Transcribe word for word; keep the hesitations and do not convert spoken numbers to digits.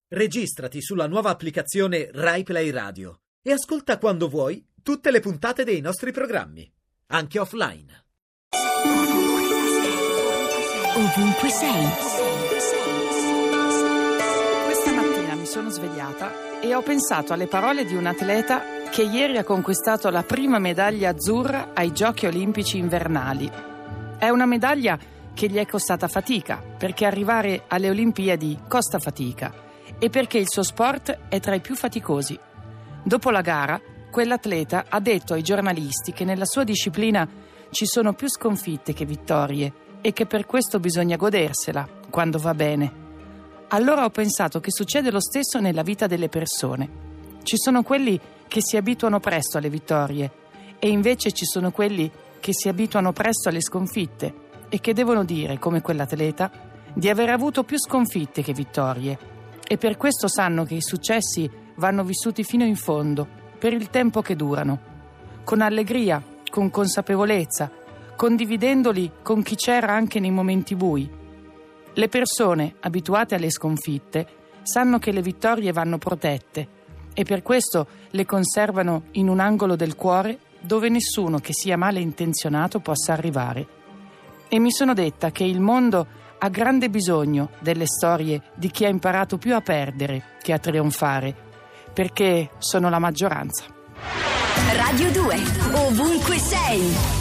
Registrati sulla nuova applicazione Rai Play Radio e ascolta quando vuoi tutte le puntate dei nostri programmi, anche offline. Ovunque sei. Questa mattina mi sono svegliata e ho pensato alle parole di un atleta che ieri ha conquistato la prima medaglia azzurra ai Giochi Olimpici invernali. È una medaglia che gli è costata fatica, perché arrivare alle Olimpiadi costa fatica e perché il suo sport è tra i più faticosi. Dopo la gara, quell'atleta ha detto ai giornalisti che nella sua disciplina ci sono più sconfitte che vittorie e che per questo bisogna godersela quando va bene. Allora ho pensato che succede lo stesso nella vita delle persone. Ci sono quelli che si abituano presto alle vittorie e invece ci sono quelli che si abituano presto alle sconfitte e che devono dire, come quell'atleta, di aver avuto più sconfitte che vittorie. E per questo sanno che i successi vanno vissuti fino in fondo, per il tempo che durano, con allegria, con consapevolezza, condividendoli con chi c'era anche nei momenti bui. Le persone abituate alle sconfitte sanno che le vittorie vanno protette e per questo le conservano in un angolo del cuore dove nessuno che sia male intenzionato possa arrivare. E mi sono detta che il mondo ha grande bisogno delle storie di chi ha imparato più a perdere che a trionfare, perché sono la maggioranza. Radio due, ovunque sei.